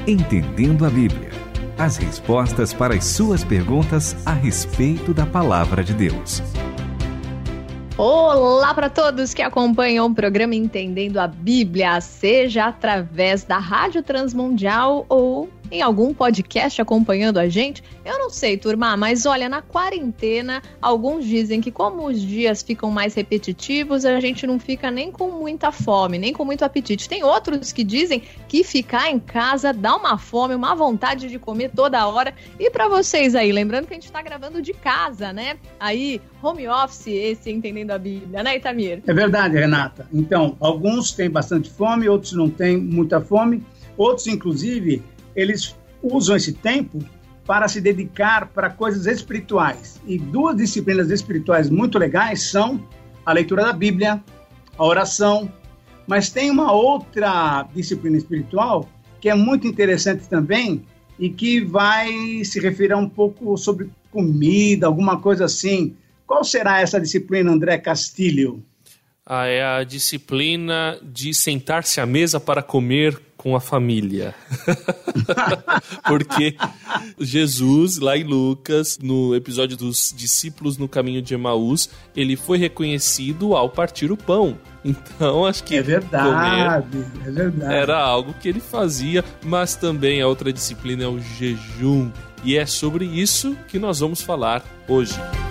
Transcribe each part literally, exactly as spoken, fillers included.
Entendendo a Bíblia. As respostas para as suas perguntas a respeito da Palavra de Deus. Olá para todos que acompanham o programa Entendendo a Bíblia, seja através da Rádio Transmundial ou em algum podcast acompanhando a gente. Eu não sei, turma, mas olha, na quarentena, alguns dizem que como os dias ficam mais repetitivos, a gente não fica nem com muita fome, nem com muito apetite. Tem outros que dizem que ficar em casa dá uma fome, uma vontade de comer toda hora. E para vocês aí, lembrando que a gente tá gravando de casa, né? Aí, home office, esse Entendendo a Bíblia, né, Itamir? É verdade, Renata. Então, alguns têm bastante fome, outros não têm muita fome, outros, inclusive, eles usam esse tempo para se dedicar para coisas espirituais. E duas disciplinas espirituais muito legais são a leitura da Bíblia, a oração, mas tem uma outra disciplina espiritual que é muito interessante também e que vai se referir um pouco sobre comida, alguma coisa assim. Qual será essa disciplina, André Castilho? Ah, é a disciplina de sentar-se à mesa para comer com a família. Porque Jesus, lá em Lucas, no episódio dos discípulos no caminho de Emaús, ele foi reconhecido ao partir o pão. Então, acho que é verdade, comer é verdade. Era algo que ele fazia, mas também a outra disciplina é o jejum. E é sobre isso que nós vamos falar hoje.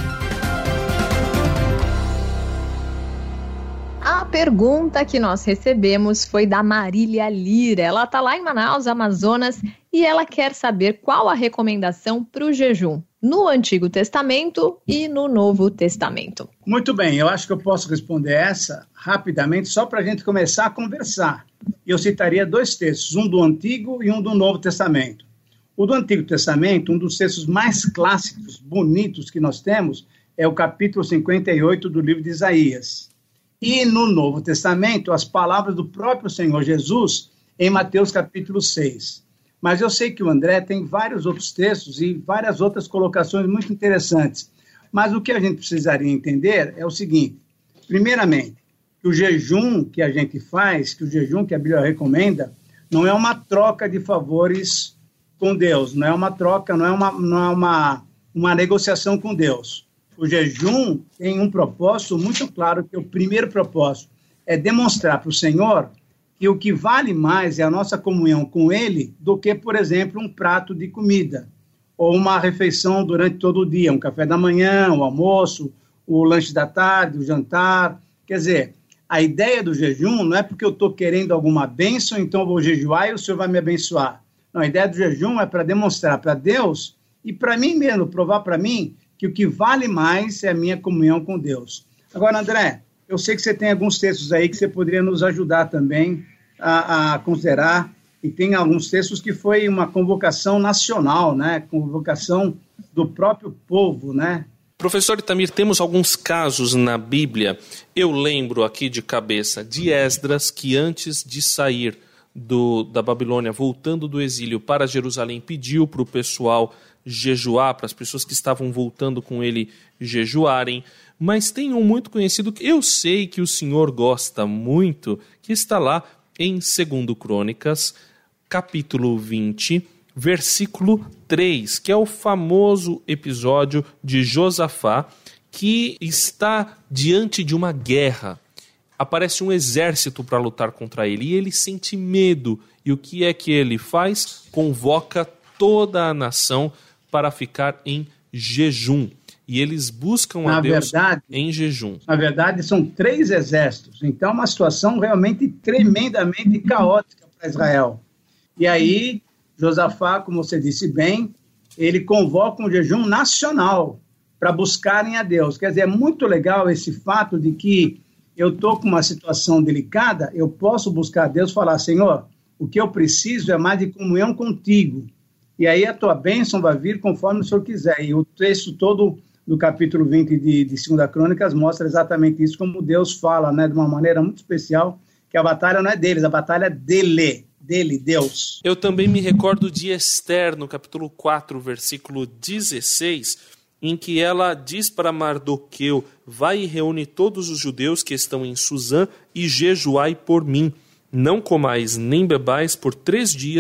A pergunta que nós recebemos foi da Marília Lira. Ela está lá em Manaus, Amazonas, e ela quer saber qual a recomendação para o jejum no Antigo Testamento e no Novo Testamento. Muito bem, eu acho que eu posso responder essa rapidamente, só para a gente começar a conversar. Eu citaria dois textos, um do Antigo e um do Novo Testamento. O do Antigo Testamento, um dos textos mais clássicos, bonitos que nós temos, é o capítulo cinquenta e oito do livro de Isaías. E no Novo Testamento, as palavras do próprio Senhor Jesus em Mateus capítulo seis. Mas eu sei que o André tem vários outros textos e várias outras colocações muito interessantes. Mas o que a gente precisaria entender é o seguinte: primeiramente, que o jejum que a gente faz, que o jejum que a Bíblia recomenda, não é uma troca de favores com Deus, não é uma troca, não é uma, não é uma, uma negociação com Deus. O jejum tem um propósito muito claro, que o primeiro propósito é demonstrar para o Senhor que o que vale mais é a nossa comunhão com Ele do que, por exemplo, um prato de comida ou uma refeição durante todo o dia, um café da manhã, o almoço, o lanche da tarde, o jantar. Quer dizer, a ideia do jejum não é porque eu estou querendo alguma bênção, então eu vou jejuar e o Senhor vai me abençoar. Não, a ideia do jejum é para demonstrar para Deus e para mim mesmo, provar para mim que o que vale mais é a minha comunhão com Deus. Agora, André, eu sei que você tem alguns textos aí que você poderia nos ajudar também a, a considerar, e tem alguns textos que foi uma convocação nacional, né? Convocação do próprio povo, né? Professor Itamir, temos alguns casos na Bíblia. Eu lembro aqui de cabeça de Esdras, que antes de sair do, da Babilônia, voltando do exílio para Jerusalém, pediu para o pessoal jejuar, para as pessoas que estavam voltando com ele jejuarem, mas tem um muito conhecido que eu sei que o senhor gosta muito, que está lá em Segundo Crônicas, capítulo vinte, versículo três, que é o famoso episódio de Josafá, que está diante de uma guerra. Aparece um exército para lutar contra ele, e ele sente medo. E o que é que ele faz? Convoca toda a nação para ficar em jejum. E eles buscam a Deus em jejum. Na verdade, são três exércitos. Então, uma situação realmente tremendamente caótica para Israel. E aí, Josafá, como você disse bem, ele convoca um jejum nacional para buscarem a Deus. Quer dizer, é muito legal esse fato de que eu estou com uma situação delicada, eu posso buscar a Deus e falar: Senhor, o que eu preciso é mais de comunhão contigo. E aí a tua bênção vai vir conforme o Senhor quiser. E o texto todo do capítulo vinte de, de Segunda Crônicas mostra exatamente isso, como Deus fala, né, de uma maneira muito especial, que a batalha não é deles, a batalha é dele, dele, Deus. Eu também me recordo de Esther, no capítulo quatro, versículo dezesseis, em que ela diz para Mardoqueu: vai e reúne todos os judeus que estão em Suzã e jejuai por mim. Não comais nem bebais por três dias,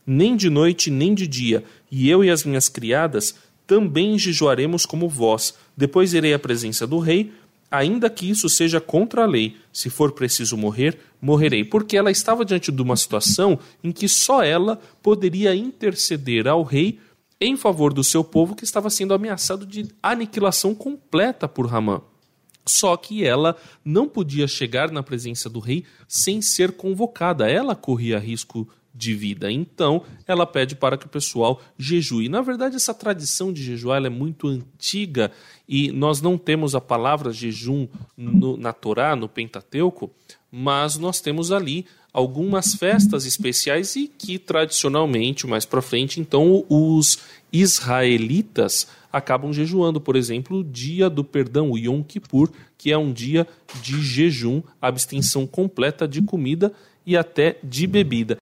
nem de noite nem de dia, e eu e as minhas criadas também jejuaremos como vós. Depois irei à presença do rei, ainda que isso seja contra a lei. Se for preciso morrer, morrerei. Porque ela estava diante de uma situação em que só ela poderia interceder ao rei em favor do seu povo, que estava sendo ameaçado de aniquilação completa por Ramã. Só que ela não podia chegar na presença do rei sem ser convocada. Ela corria risco de vida. Então, ela pede para que o pessoal jejue. Na verdade, essa tradição de jejuar ela é muito antiga e nós não temos a palavra jejum no, na Torá, no Pentateuco, mas nós temos ali algumas festas especiais e que tradicionalmente, mais para frente, então os israelitas acabam jejuando. Por exemplo, o dia do perdão, o Yom Kippur, que é um dia de jejum, abstenção completa de comida e até de bebida.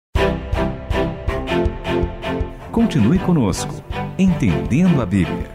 Continue conosco, Entendendo a Bíblia.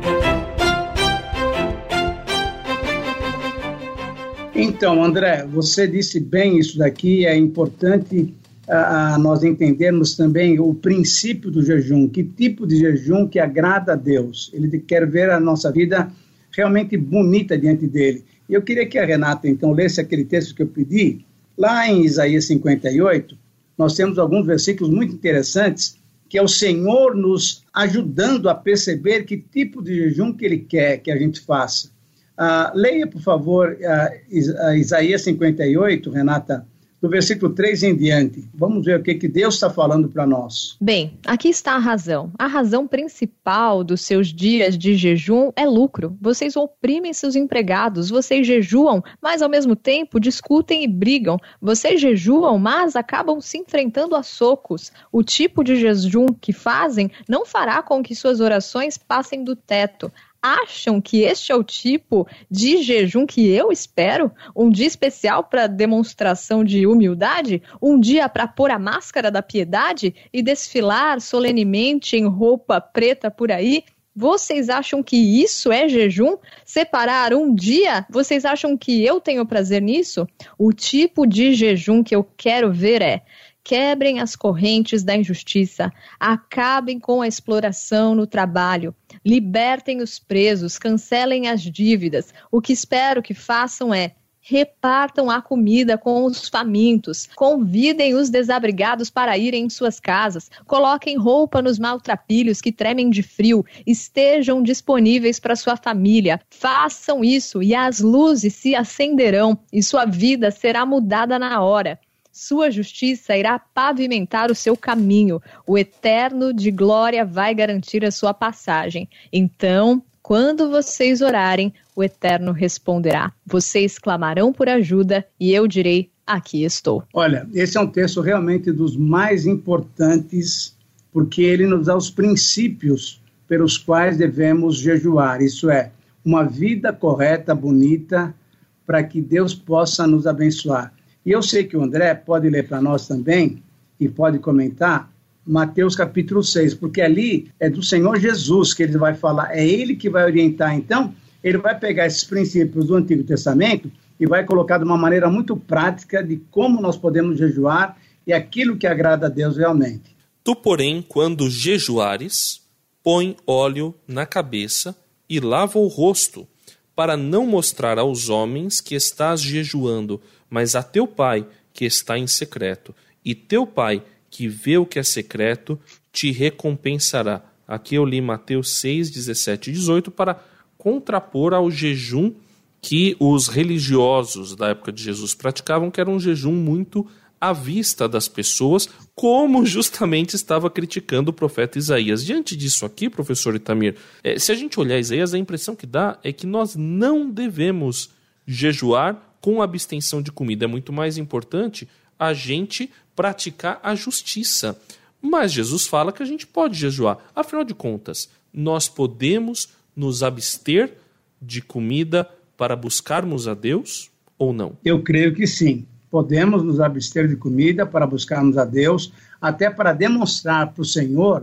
Então, André, você disse bem isso daqui, é importante uh, nós entendermos também o princípio do jejum, que tipo de jejum que agrada a Deus. Ele quer ver a nossa vida realmente bonita diante dele. E eu queria que a Renata, então, lesse aquele texto que eu pedi. Lá em Isaías cinquenta e oito, nós temos alguns versículos muito interessantes, que é o Senhor nos ajudando a perceber que tipo de jejum que Ele quer que a gente faça. Uh, leia, por favor, uh, Isaías cinquenta e oito, Renata, do versículo três em diante. Vamos ver o que, que Deus está falando para nós. Bem, aqui está a razão. A razão principal dos seus dias de jejum é lucro. Vocês oprimem seus empregados, vocês jejuam, mas ao mesmo tempo discutem e brigam. Vocês jejuam, mas acabam se enfrentando a socos. O tipo de jejum que fazem não fará com que suas orações passem do teto. Acham que este é o tipo de jejum que eu espero? Um dia especial para demonstração de humildade? Um dia para pôr a máscara da piedade e desfilar solenemente em roupa preta por aí? Vocês acham que isso é jejum? Separar um dia? Vocês acham que eu tenho prazer nisso? O tipo de jejum que eu quero ver é: quebrem as correntes da injustiça, acabem com a exploração no trabalho, libertem os presos, cancelem as dívidas. O que espero que façam é: repartam a comida com os famintos, convidem os desabrigados para irem em suas casas, coloquem roupa nos maltrapilhos que tremem de frio, estejam disponíveis para sua família. Façam isso e as luzes se acenderão e sua vida será mudada na hora. Sua justiça irá pavimentar o seu caminho. O Eterno de glória vai garantir a sua passagem. Então, quando vocês orarem, o Eterno responderá. Vocês clamarão por ajuda e eu direi: aqui estou. Olha, esse é um texto realmente dos mais importantes, porque ele nos dá os princípios pelos quais devemos jejuar. Isso é, uma vida correta, bonita, para que Deus possa nos abençoar. E eu sei que o André pode ler para nós também e pode comentar Mateus capítulo seis, porque ali é do Senhor Jesus que ele vai falar, é ele que vai orientar. Então, ele vai pegar esses princípios do Antigo Testamento e vai colocar de uma maneira muito prática de como nós podemos jejuar e aquilo que agrada a Deus realmente. Tu, porém, quando jejuares, põe óleo na cabeça e lava o rosto, para não mostrar aos homens que estás jejuando, mas a teu pai que está em secreto, e teu pai que vê o que é secreto te recompensará. Aqui eu li Mateus seis, dezessete e dezoito para contrapor ao jejum que os religiosos da época de Jesus praticavam, que era um jejum muito à vista das pessoas, como justamente estava criticando o profeta Isaías. Diante disso aqui, professor Itamir, é, se a gente olhar Isaías, a impressão que dá é que nós não devemos jejuar com abstenção de comida. É muito mais importante a gente praticar a justiça. Mas Jesus fala que a gente pode jejuar. Afinal de contas, nós podemos nos abster de comida para buscarmos a Deus ou não? Eu creio que sim. Podemos nos abster de comida para buscarmos a Deus, até para demonstrar para o Senhor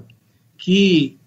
que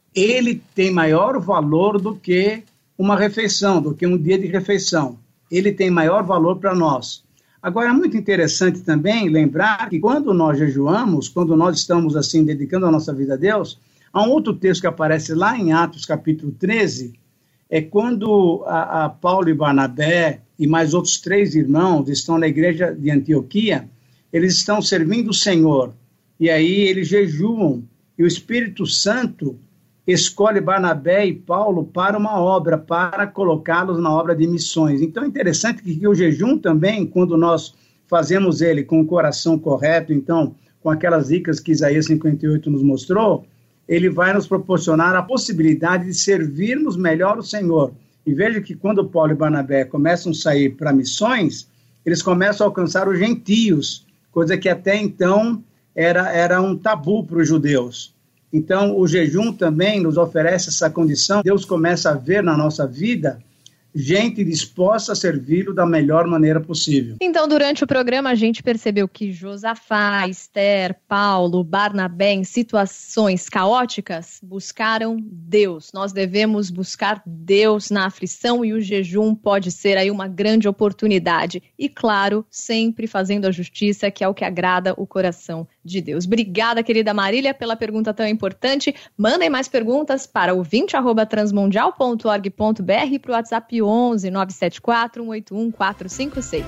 Ele tem maior valor do que uma refeição, do que um dia de refeição. Ele tem maior valor para nós. Agora, é muito interessante também lembrar que quando nós jejuamos, quando nós estamos assim dedicando a nossa vida a Deus, há um outro texto que aparece lá em Atos capítulo treze, é quando a, a Paulo e Barnabé e mais outros três irmãos estão na igreja de Antioquia, eles estão servindo o Senhor, e aí eles jejuam, e o Espírito Santo escolhe Barnabé e Paulo para uma obra, para colocá-los na obra de missões. Então é interessante que o jejum também, quando nós fazemos ele com o coração correto, então com aquelas dicas que Isaías cinquenta e oito nos mostrou, ele vai nos proporcionar a possibilidade de servirmos melhor o Senhor. E veja que quando Paulo e Barnabé começam a sair para missões, eles começam a alcançar os gentios, coisa que até então era, era um tabu para os judeus. Então, o jejum também nos oferece essa condição. Deus começa a ver na nossa vida gente disposta a servi-lo da melhor maneira possível. Então, durante o programa, a gente percebeu que Josafá, Esther, Paulo, Barnabé, em situações caóticas, buscaram Deus. Nós devemos buscar Deus na aflição e o jejum pode ser aí uma grande oportunidade. E, claro, sempre fazendo a justiça, que é o que agrada o coração de Deus. Obrigada, querida Marília, pela pergunta tão importante. Mandem mais perguntas para ouvinte arroba transmundial ponto org ponto br e para o WhatsApp onze nove sete quatro um oito um quatro cinco seis.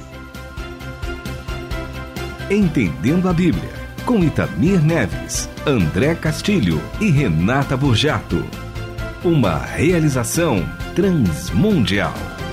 Entendendo a Bíblia, com Itamir Neves, André Castilho e Renata Burjato. Uma realização Transmundial.